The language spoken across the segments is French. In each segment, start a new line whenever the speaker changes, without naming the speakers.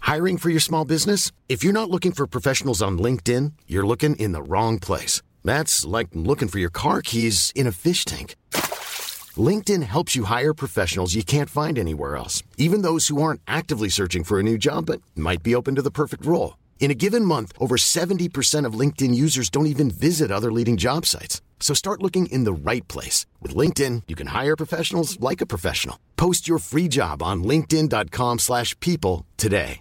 Hiring for your small business? If you're not looking for professionals on LinkedIn, you're looking in the wrong place. That's like looking for your car keys in a fish tank. LinkedIn helps you hire professionals you can't find anywhere else, even those who aren't actively searching for a new job but might be open to the perfect role. In a given month, over 70% of LinkedIn users don't even visit other leading job sites. So start looking in the right place. With LinkedIn, you can hire professionals like a professional. Post your free job on linkedin.com/people today.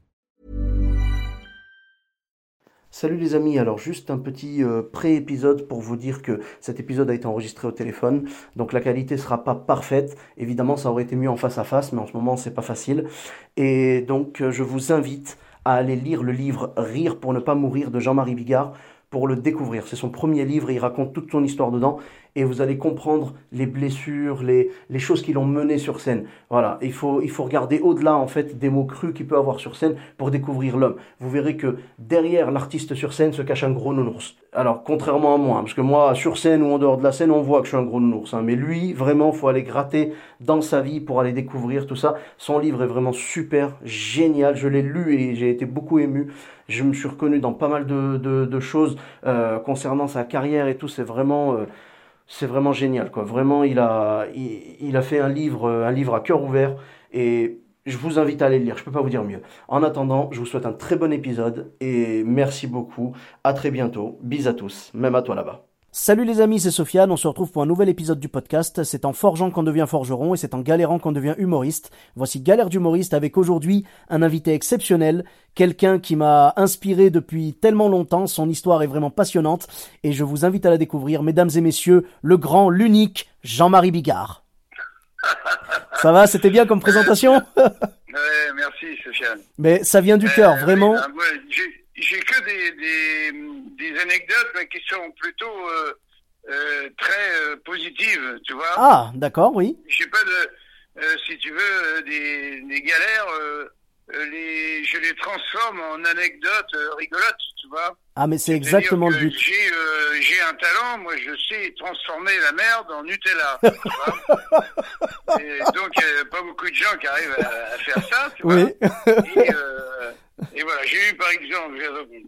Salut les amis, alors juste un petit pré-épisode pour vous dire que cet épisode a été enregistré au téléphone, donc la qualité sera pas parfaite, évidemment ça aurait été mieux en face à face, mais en ce moment c'est pas facile, et donc je vous invite à aller lire le livre Rire pour ne pas mourir de Jean-Marie Bigard pour le découvrir. C'est son premier livre et il raconte toute son histoire dedans et vous allez comprendre les blessures, les choses qui l'ont mené sur scène. Voilà, il faut regarder au-delà en fait des mots crus qu'il peut avoir sur scène pour découvrir l'homme. Vous verrez que derrière l'artiste sur scène se cache un gros nounours. Alors contrairement à moi, parce que moi sur scène ou en dehors de la scène on voit que je suis un gros nounours, mais lui vraiment faut aller gratter dans sa vie pour aller découvrir tout ça. Son livre est vraiment super, génial, je l'ai lu et j'ai été beaucoup ému. Je me suis reconnu dans pas mal de choses concernant sa carrière et tout. C'est vraiment génial, quoi. Vraiment, il a fait un livre à cœur ouvert et je vous invite à aller le lire. Je peux pas vous dire mieux. En attendant, je vous souhaite un très bon épisode et merci beaucoup. À très bientôt. Bis à tous, même à toi là-bas. Salut les amis, c'est Sofiane, on se retrouve pour un nouvel épisode du podcast. C'est en forgeant qu'on devient forgeron et c'est en galérant qu'on devient humoriste. Voici Galère d'humoriste avec aujourd'hui un invité exceptionnel, quelqu'un qui m'a inspiré depuis tellement longtemps, son histoire est vraiment passionnante et je vous invite à la découvrir. Mesdames et messieurs, le grand, l'unique Jean-Marie Bigard. Ça va, c'était bien comme présentation?
Ouais, merci Sofiane.
Mais ça vient du cœur, vraiment.
J'ai que des anecdotes mais qui sont plutôt très positives, tu vois.
Ah, d'accord, oui.
J'ai pas si tu veux, des galères, je les transforme en anecdotes rigolotes, tu vois.
Ah, mais c'est exactement le but.
J'ai un talent, moi je sais transformer la merde en Nutella, tu vois. Et donc il n'y a pas beaucoup de gens qui arrivent à faire ça, tu vois.
Oui.
Et voilà, j'ai eu par exemple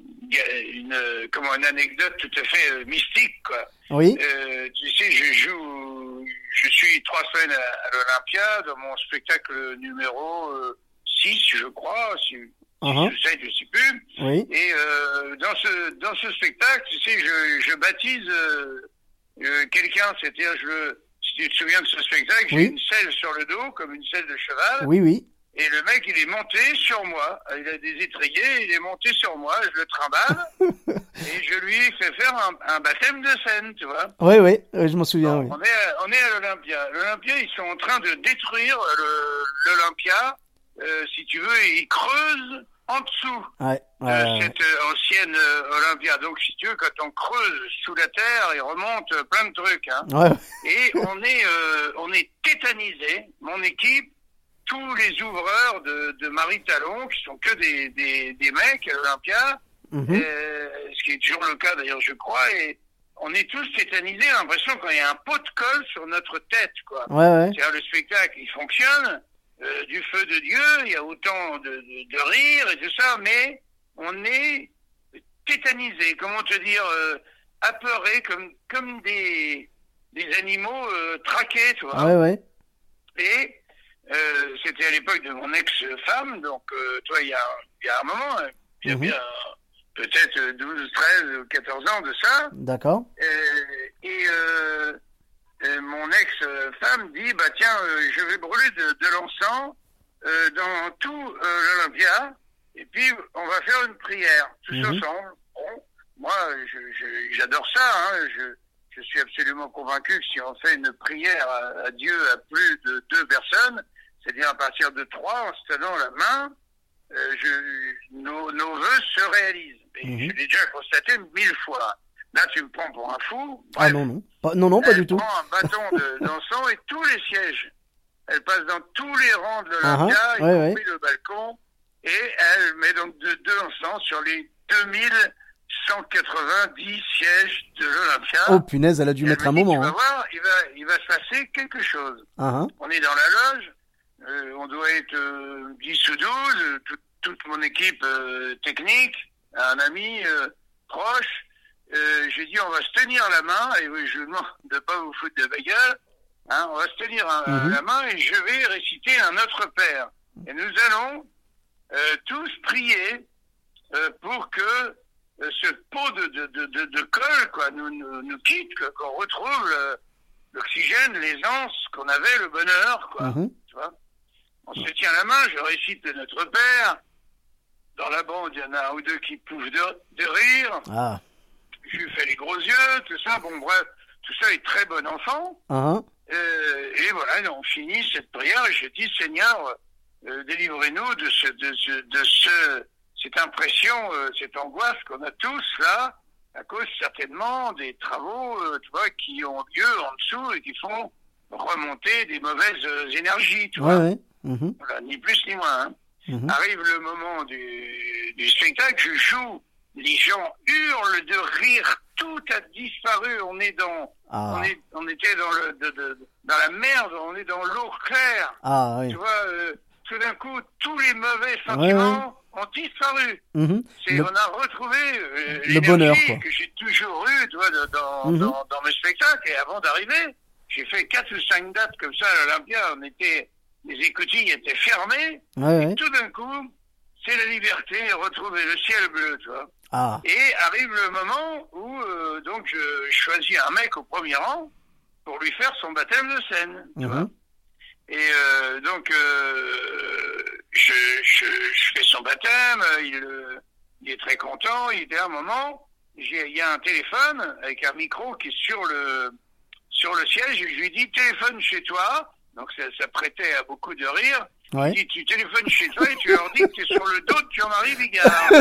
une anecdote tout à fait mystique, quoi.
Oui.
Tu sais, je suis 3 semaines à l'Olympia dans mon spectacle numéro 6, je crois, si je sais plus.
Oui.
Et dans ce spectacle, tu sais, je baptise quelqu'un, c'est-à-dire si tu te souviens de ce spectacle,
oui.
J'ai une selle sur le dos, comme une selle de cheval.
Oui, oui.
Et le mec, il est monté sur moi. Il a des étriers, il est monté sur moi, je le trimballe. Et je lui fais faire un baptême de scène, tu vois.
Oui, oui, je m'en souviens, oui.
On est à l'Olympia. L'Olympia, ils sont en train de détruire l'Olympia. Si tu veux, ils creusent en dessous de cette ancienne Olympia. Donc, si tu veux, quand on creuse sous la terre, il remonte plein de trucs. Hein. Ouais. Et on est tétanisés, mon équipe, tous les ouvreurs de Marie Talon, qui sont que des mecs à l'Olympia, ce qui est toujours le cas d'ailleurs, je crois, et on est tous tétanisés, l'impression qu'il y a un pot de colle sur notre tête, quoi.
Ouais.
C'est-à-dire le spectacle, il fonctionne, du feu de Dieu, il y a autant de rire et tout ça, mais on est tétanisés, comment te dire, apeurés, comme des animaux traqués, tu vois.
Ouais.
Et c'était à l'époque de mon ex-femme, donc toi, il y a un moment, il y a bien peut-être 12, 13 ou 14 ans de ça.
D'accord.
Et mon ex-femme dit, bah tiens, je vais brûler de l'encens dans tout l'Olympia, et puis on va faire une prière, tous ensemble. Bon, moi, j'adore ça, hein, je suis absolument convaincu que si on fait une prière à Dieu à plus de 2 personnes, c'est-à-dire à partir de 3, en se tenant la main, nos vœux se réalisent. Et je l'ai déjà constaté 1000 fois. Là, tu me prends pour un fou. Bref,
ah non, pas du tout.
Elle prend un bâton d'encens et tous les sièges. Elle passe dans tous les rangs de l'Olympia, y compris le balcon, et elle met donc de 2 encens sur les 2190 sièges de l'Olympia.
Oh punaise, elle a dû mettre un moment.
Tu vas voir, il va se passer quelque chose. On est dans la loge, on doit être 10 ou 12, toute mon équipe technique, un ami proche. J'ai dit on va se tenir la main, et oui, je vous demande de pas vous foutre de ma gueule, hein, on va se tenir la main et je vais réciter un Notre Père. Et nous allons tous prier pour que ce pot de colle quoi, nous quitte, qu'on retrouve l'oxygène, l'aisance qu'on avait, le bonheur, quoi. Tu vois, on se tient la main, je récite le Notre Père. Dans la bande, il y en a un ou deux qui pouffent de rire. Ah. Je lui fais les gros yeux, tout ça. Bon, bref, tout ça est très bon enfant. Et voilà, on finit cette prière et je dis, Seigneur, délivrez-nous de cette impression, cette angoisse qu'on a tous là, à cause certainement des travaux, tu vois, qui ont lieu en dessous et qui font remonter des mauvaises énergies, tu vois. Voilà, ni plus ni moins. Hein. Arrive le moment du spectacle, je joue, les gens hurlent de rire, tout a disparu, on est dans, on était dans la merde, on est dans l'eau claire. Tu vois, tout d'un coup, tous les mauvais sentiments ont disparu. On a retrouvé
le bonheur, quoi,
que j'ai toujours eu, tu vois, dans mes spectacles. Et avant d'arriver, j'ai fait 4 ou 5 dates comme ça à l'Olympia. Les écoutilles étaient fermées. Et tout d'un coup, c'est la liberté, retrouver le ciel bleu, tu vois. Et arrive le moment où donc je choisis un mec au premier rang pour lui faire son baptême de scène, tu vois. Et donc je fais son baptême, il est très content. Il y a un moment, il y a un téléphone avec un micro qui est sur le siège. Je lui dis téléphone chez toi. Donc ça prêtait à beaucoup de rire. Il dit tu téléphones chez toi et tu leur dis que tu es sur le dos de Jean-Marie Bigard.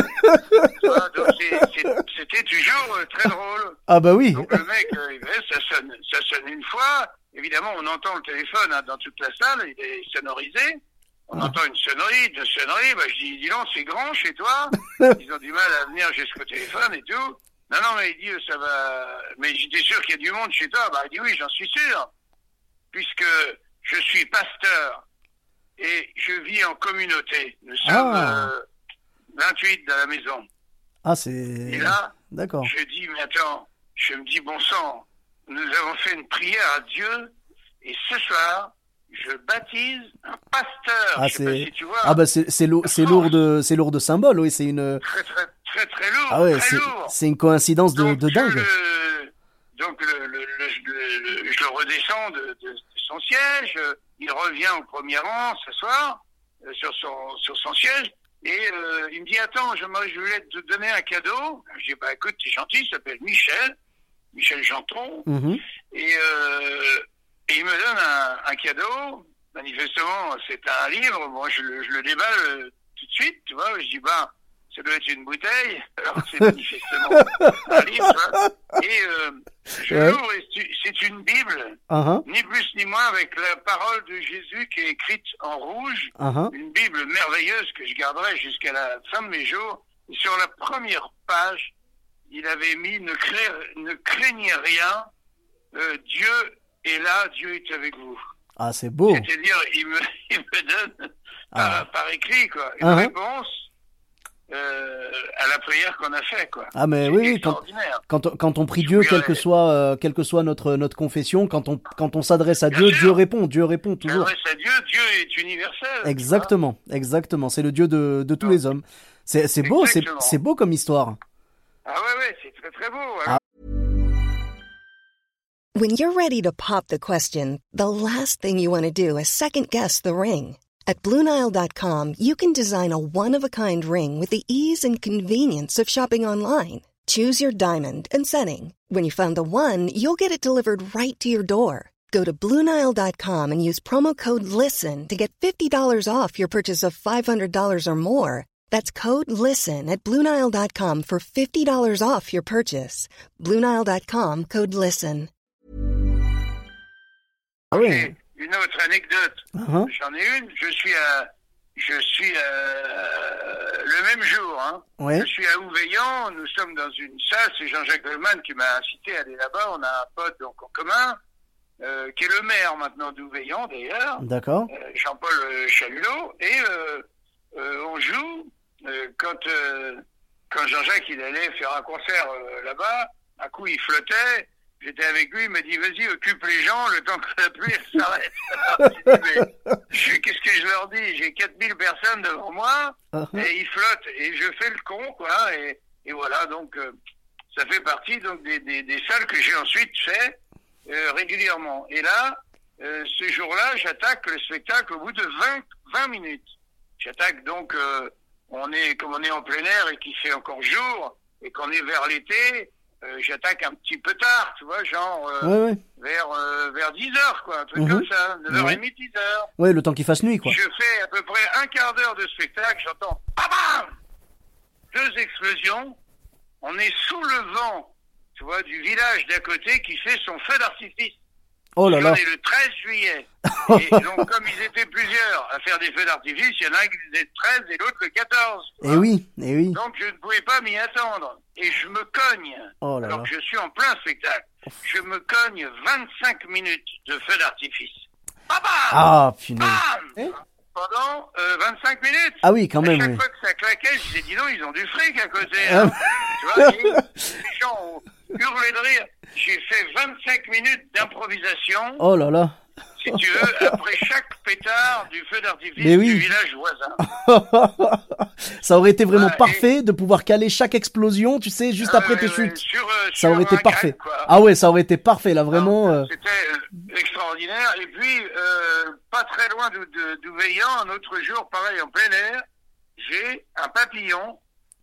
Donc c'était toujours très drôle.
Ah bah oui.
Donc le mec, ça sonne une fois. Évidemment, on entend le téléphone dans toute la salle, il est sonorisé. On entend une sonnerie, deux sonneries. Bah, je dis donc, c'est grand chez toi. Ils ont du mal à venir jusqu'au téléphone et tout. Non, mais il dit, ça va. Mais j'étais sûr qu'il y a du monde chez toi. Bah, il dit, oui, j'en suis sûr. Puisque je suis pasteur et je vis en communauté. Nous sommes 28 dans la maison. Et là,
d'accord.
Je dis, mais attends, je me dis, bon sang, nous avons fait une prière à Dieu et ce soir, je baptise un pasteur. Je sais pas si tu vois.
C'est lourd de symbole, oui, c'est une.
Très lourd.
Ah ouais,
très lourd.
C'est une coïncidence de dingue.
Donc je le redescends de son siège, il revient au premier rang ce soir, sur son siège, et il me dit attends, je voulais te donner un cadeau. Je dis bah écoute, t'es gentil, il s'appelle Michel Janton, et il me donne un cadeau. Manifestement, c'est un livre. Moi, je le déballe tout de suite, tu vois. Je dis bah ça doit être une bouteille. Alors c'est manifestement un livre, tu vois. Et je l'ouvre et c'est une Bible, ni plus ni moins, avec la parole de Jésus qui est écrite en rouge. Une Bible merveilleuse que je garderai jusqu'à la fin de mes jours. Et sur la première page, il avait mis ne craignez rien, Dieu est là, Dieu est avec vous.
Ah, c'est beau.
C'est-à-dire, il me donne par écrit quoi, une réponse à la prière qu'on a fait, quoi.
Ah mais oui, quand on prie Dieu, quelle que soit notre confession, quand on s'adresse à Dieu, Dieu répond toujours.
S'adresse à Dieu, Dieu est universel.
Exactement, c'est le Dieu de tous les hommes. C'est beau, c'est beau comme histoire.
Ah ouais, c'est très très beau. Alors...
When you're ready to pop the question, the last thing you want to do is second guess the ring. At BlueNile.com, you can design a one-of-a-kind ring with the ease and convenience of shopping online. Choose your diamond and setting. When you find the one, you'll get it delivered right to your door. Go to BlueNile.com and use promo code LISTEN to get $50 off your purchase of $500 or more. That's code LISTEN at BlueNile.com for $50 off your purchase. BlueNile.com, code LISTEN.
Ah oui.
Une autre anecdote, j'en ai une, je suis le même jour, je suis à Ouveillan, nous sommes dans une salle, c'est Jean-Jacques Goldman qui m'a incité à aller là-bas, on a un pote donc en commun, qui est le maire maintenant d'Ouveillan d'ailleurs,
d'accord.
Jean-Paul Chalulot, et on joue. Quand Jean-Jacques il allait faire un concert là-bas, un coup il flottait. J'étais avec lui, il m'a dit vas-y occupe les gens le temps que la pluie elle s'arrête. Alors, j'ai dit, mais qu'est-ce que je leur dis? J'ai 4000 personnes devant moi et ils flottent et je fais le con quoi et voilà donc ça fait partie donc des salles que j'ai ensuite fait régulièrement. Et là ce jour-là j'attaque le spectacle au bout de 20 minutes. J'attaque donc comme on est en plein air et qu'il fait encore jour et qu'on est vers l'été. J'attaque un petit peu tard, tu vois, genre vers 10h, quoi, un truc comme ça, 9h30, 10h.
Ouais, le temps qu'il fasse nuit, quoi.
Je fais à peu près un quart d'heure de spectacle, j'entends bam, 2 explosions, on est sous le vent, tu vois, du village d'à côté qui fait son feu d'artifice.
Oh là là.
On est le 13 juillet. Et donc, comme ils étaient plusieurs à faire des feux d'artifice, il y en a un qui disait le 13 et l'autre le 14.
Eh oui.
Donc, je ne pouvais pas m'y attendre. Et je me cogne.
Oh là
alors
là.
que je suis en plein spectacle. Je me cogne 25 minutes de feux d'artifice. Bam,
Ah, punaise.
Pendant 25 minutes.
Ah oui, quand même.
À chaque fois que ça claquait, je disais, dis donc, ils ont du fric à côté. Hein. Tu vois, les gens ont hurlé de rire. J'ai fait 25 minutes d'improvisation.
Oh là là.
Si tu veux, après chaque pétard du feu d'artifice du village voisin.
Ça aurait été vraiment parfait de pouvoir caler chaque explosion, tu sais, juste après tes chutes. Ça aurait été parfait. Ah ouais, ça aurait été parfait, là, vraiment.
C'était extraordinaire. Et puis, pas très loin d'Ouveillan, un autre jour, pareil, en plein air, j'ai un papillon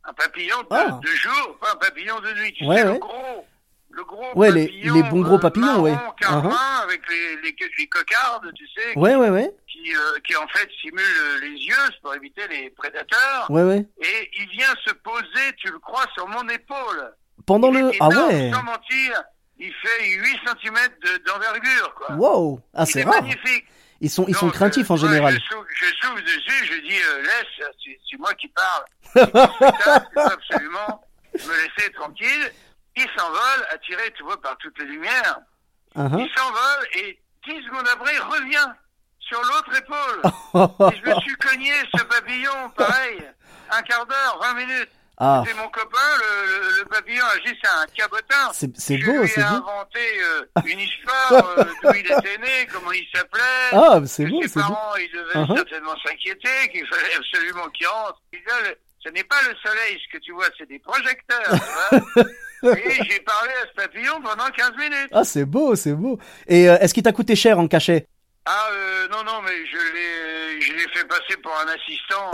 de jour, pas un papillon de nuit. Tu sais, le gros papillon,
les bons gros papillons,
marron, carmin, avec les cocardes, tu sais, qui en fait simulent les yeux pour éviter les prédateurs. Et il vient se poser, tu le crois, sur mon épaule.
Pendant le...
Ah ouais. Sans mentir, il fait 8 cm d'envergure, quoi.
Wow. Ah, c'est rare.
Magnifique.
Ils sont craintifs en général.
Je souffle dessus, je dis laisse, c'est moi qui parle. C'est absolument me laisser tranquille. Il s'envole, attiré, tu vois, par toutes les lumières. Il s'envole et 10 secondes après, il revient sur l'autre épaule. Et je me suis cogné ce papillon, pareil, un quart d'heure, 20 minutes. C'était mon copain, le papillon agit, c'est un cabotin.
C'est beau, c'est
Je
beau.
lui ai inventé une histoire d'où il était né, comment il s'appelait.
Ah, c'est beau, c'est beau.
Ses parents, ils devaient certainement s'inquiéter, qu'il fallait absolument qu'il rentre. Ce n'est pas le soleil, ce que tu vois, c'est des projecteurs, tu vois. Et j'ai parlé à ce papillon pendant 15 minutes.
Ah, c'est beau, c'est beau. Et est-ce qu'il t'a coûté cher en cachet?
Ah, non, mais je l'ai fait passer pour un assistant.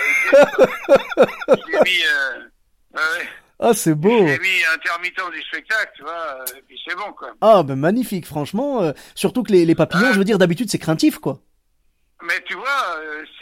Je l'ai mis,
Ah, c'est beau.
Je l'ai mis intermittent du spectacle, tu vois, et puis c'est bon, quoi.
Ah, ben magnifique, franchement. Surtout que les papillons, je veux dire, d'habitude, c'est craintif, quoi.
Mais tu vois,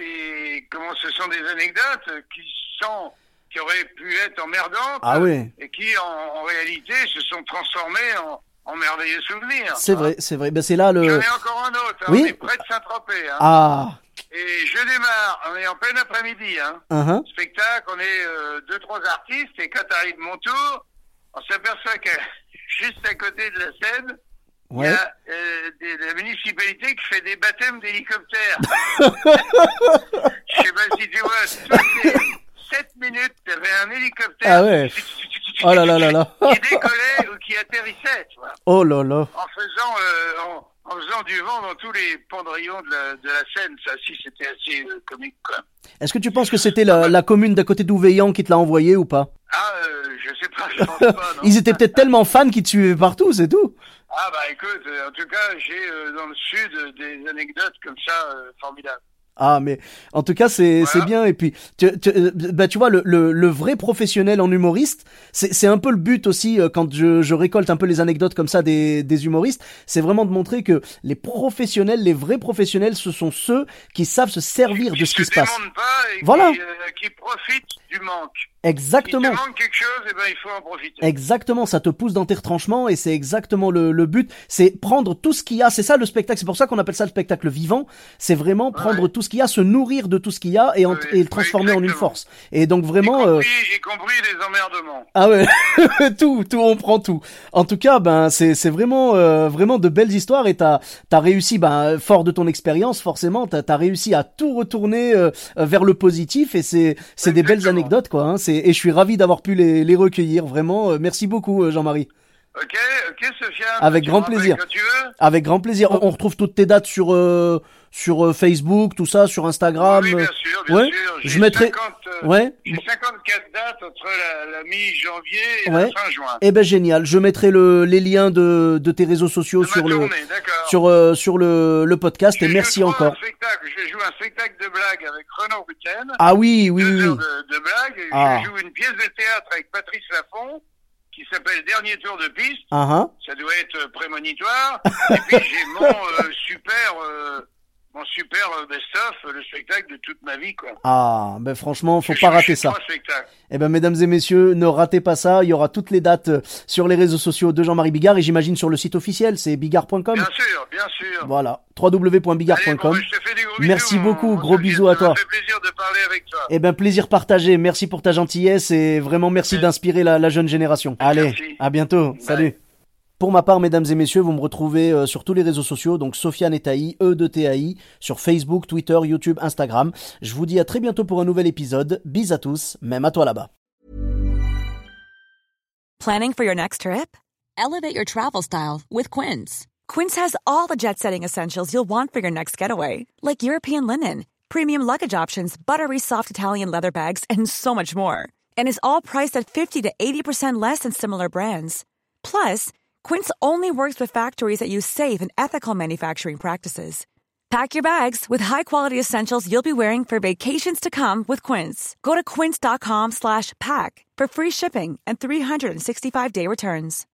ce sont des anecdotes qui auraient pu être emmerdantes. Et qui, en réalité, se sont transformées en merveilleux souvenirs.
C'est vrai, c'est vrai. Ben, c'est là le...
J'en ai encore un autre.
Oui.
On est près de Saint-Tropez.
Ah.
Et je démarre. On est en plein après-midi. Spectacle, on est 2-3 artistes. Et quand arrive mon tour, on s'aperçoit que juste à côté de la scène, il y a la municipalité qui fait des baptêmes d'hélicoptères. Je sais pas si tu vois, toutes les 7 minutes, il y avait un hélicoptère qui décollait ou qui atterrissait, tu vois.
Oh là là.
En faisant du vent dans tous les pendrillons de la Seine. Ça, si, c'était assez comique, quoi.
Est-ce que tu penses que c'était la commune d'à côté d'Ouveillan qui te l'a envoyé ou pas?
Ah, je sais pas, je pense pas, non.
Ils étaient peut-être tellement fans qu'ils te suivaient partout, c'est tout.
Ah bah écoute, en tout cas, j'ai dans le sud des anecdotes comme ça formidables.
Ah, mais en tout cas, c'est bien. Et puis, tu vois, le vrai professionnel en humoriste, c'est un peu le but aussi quand je récolte un peu les anecdotes comme ça des humoristes, c'est vraiment de montrer que les professionnels, les vrais professionnels, ce sont ceux qui savent se servir de ce qui se passe.
Pas et
voilà.
Qui profitent du manque.
Exactement.
Si te manque quelque chose, eh ben, il faut en profiter.
Exactement, ça te pousse dans tes retranchements et c'est exactement le but. C'est prendre tout ce qu'il y a. C'est ça le spectacle. C'est pour ça qu'on appelle ça le spectacle vivant. C'est vraiment prendre tout ce qu'il y a, se nourrir de tout ce qu'il y a et le transformer en une force. Et donc vraiment.
Y compris les emmerdements.
Ah ouais, tout, on prend tout. En tout cas, ben c'est vraiment vraiment de belles histoires et t'as réussi, ben fort de ton expérience forcément, t'as réussi à tout retourner vers le positif et c'est des belles anecdotes quoi. Hein. Et je suis ravi d'avoir pu les recueillir. Vraiment, merci beaucoup Jean-Marie.
Ok, Sofiane.
Avec grand plaisir. Avec grand plaisir. On retrouve toutes tes dates sur Facebook, tout ça, sur Instagram.
Oui, bien sûr.
Je mettrai.
J'ai 54 dates entre la mi-janvier et la fin juin.
Eh ben génial. Je mettrai les liens de tes réseaux sociaux sur le podcast. Et merci encore.
Je vais jouer un spectacle de blagues avec Renaud Rutten.
Ah oui.
2 heures de blagues. Je joue une pièce de théâtre avec Patrice Laffont qui s'appelle Dernier tour de piste. Ça doit être prémonitoire. Et puis j'ai mon super best-of, le spectacle de toute ma vie, quoi.
Ah, ben franchement, faut pas rater ça. Eh ben, mesdames et messieurs, ne ratez pas ça. Il y aura toutes les dates sur les réseaux sociaux de Jean-Marie Bigard et j'imagine sur le site officiel, c'est bigard.com.
Bien sûr.
Voilà, www.bigard.com. Merci beaucoup, gros bisous à toi.
Ça fait plaisir de parler avec toi.
Eh ben, plaisir partagé. Merci pour ta gentillesse et vraiment merci d'inspirer la jeune génération. Allez, à bientôt. Salut. Pour ma part, mesdames et messieurs, vous me retrouvez sur tous les réseaux sociaux, donc Sofiane Etaï, E2TAI, sur Facebook, Twitter, YouTube, Instagram. Je vous dis à très bientôt pour un nouvel épisode. Bis à tous, même à toi là-bas.
Planning for your next trip? Elevate your travel style with Quince. Quince has all the jet-setting essentials you'll want for your next getaway, like European linen, premium luggage options, buttery soft Italian leather bags, and so much more. And is all priced at 50 to 80% less than similar brands. Plus, Quince only works with factories that use safe and ethical manufacturing practices. Pack your bags with high-quality essentials you'll be wearing for vacations to come with Quince. Go to quince.com/pack for free shipping and 365-day returns.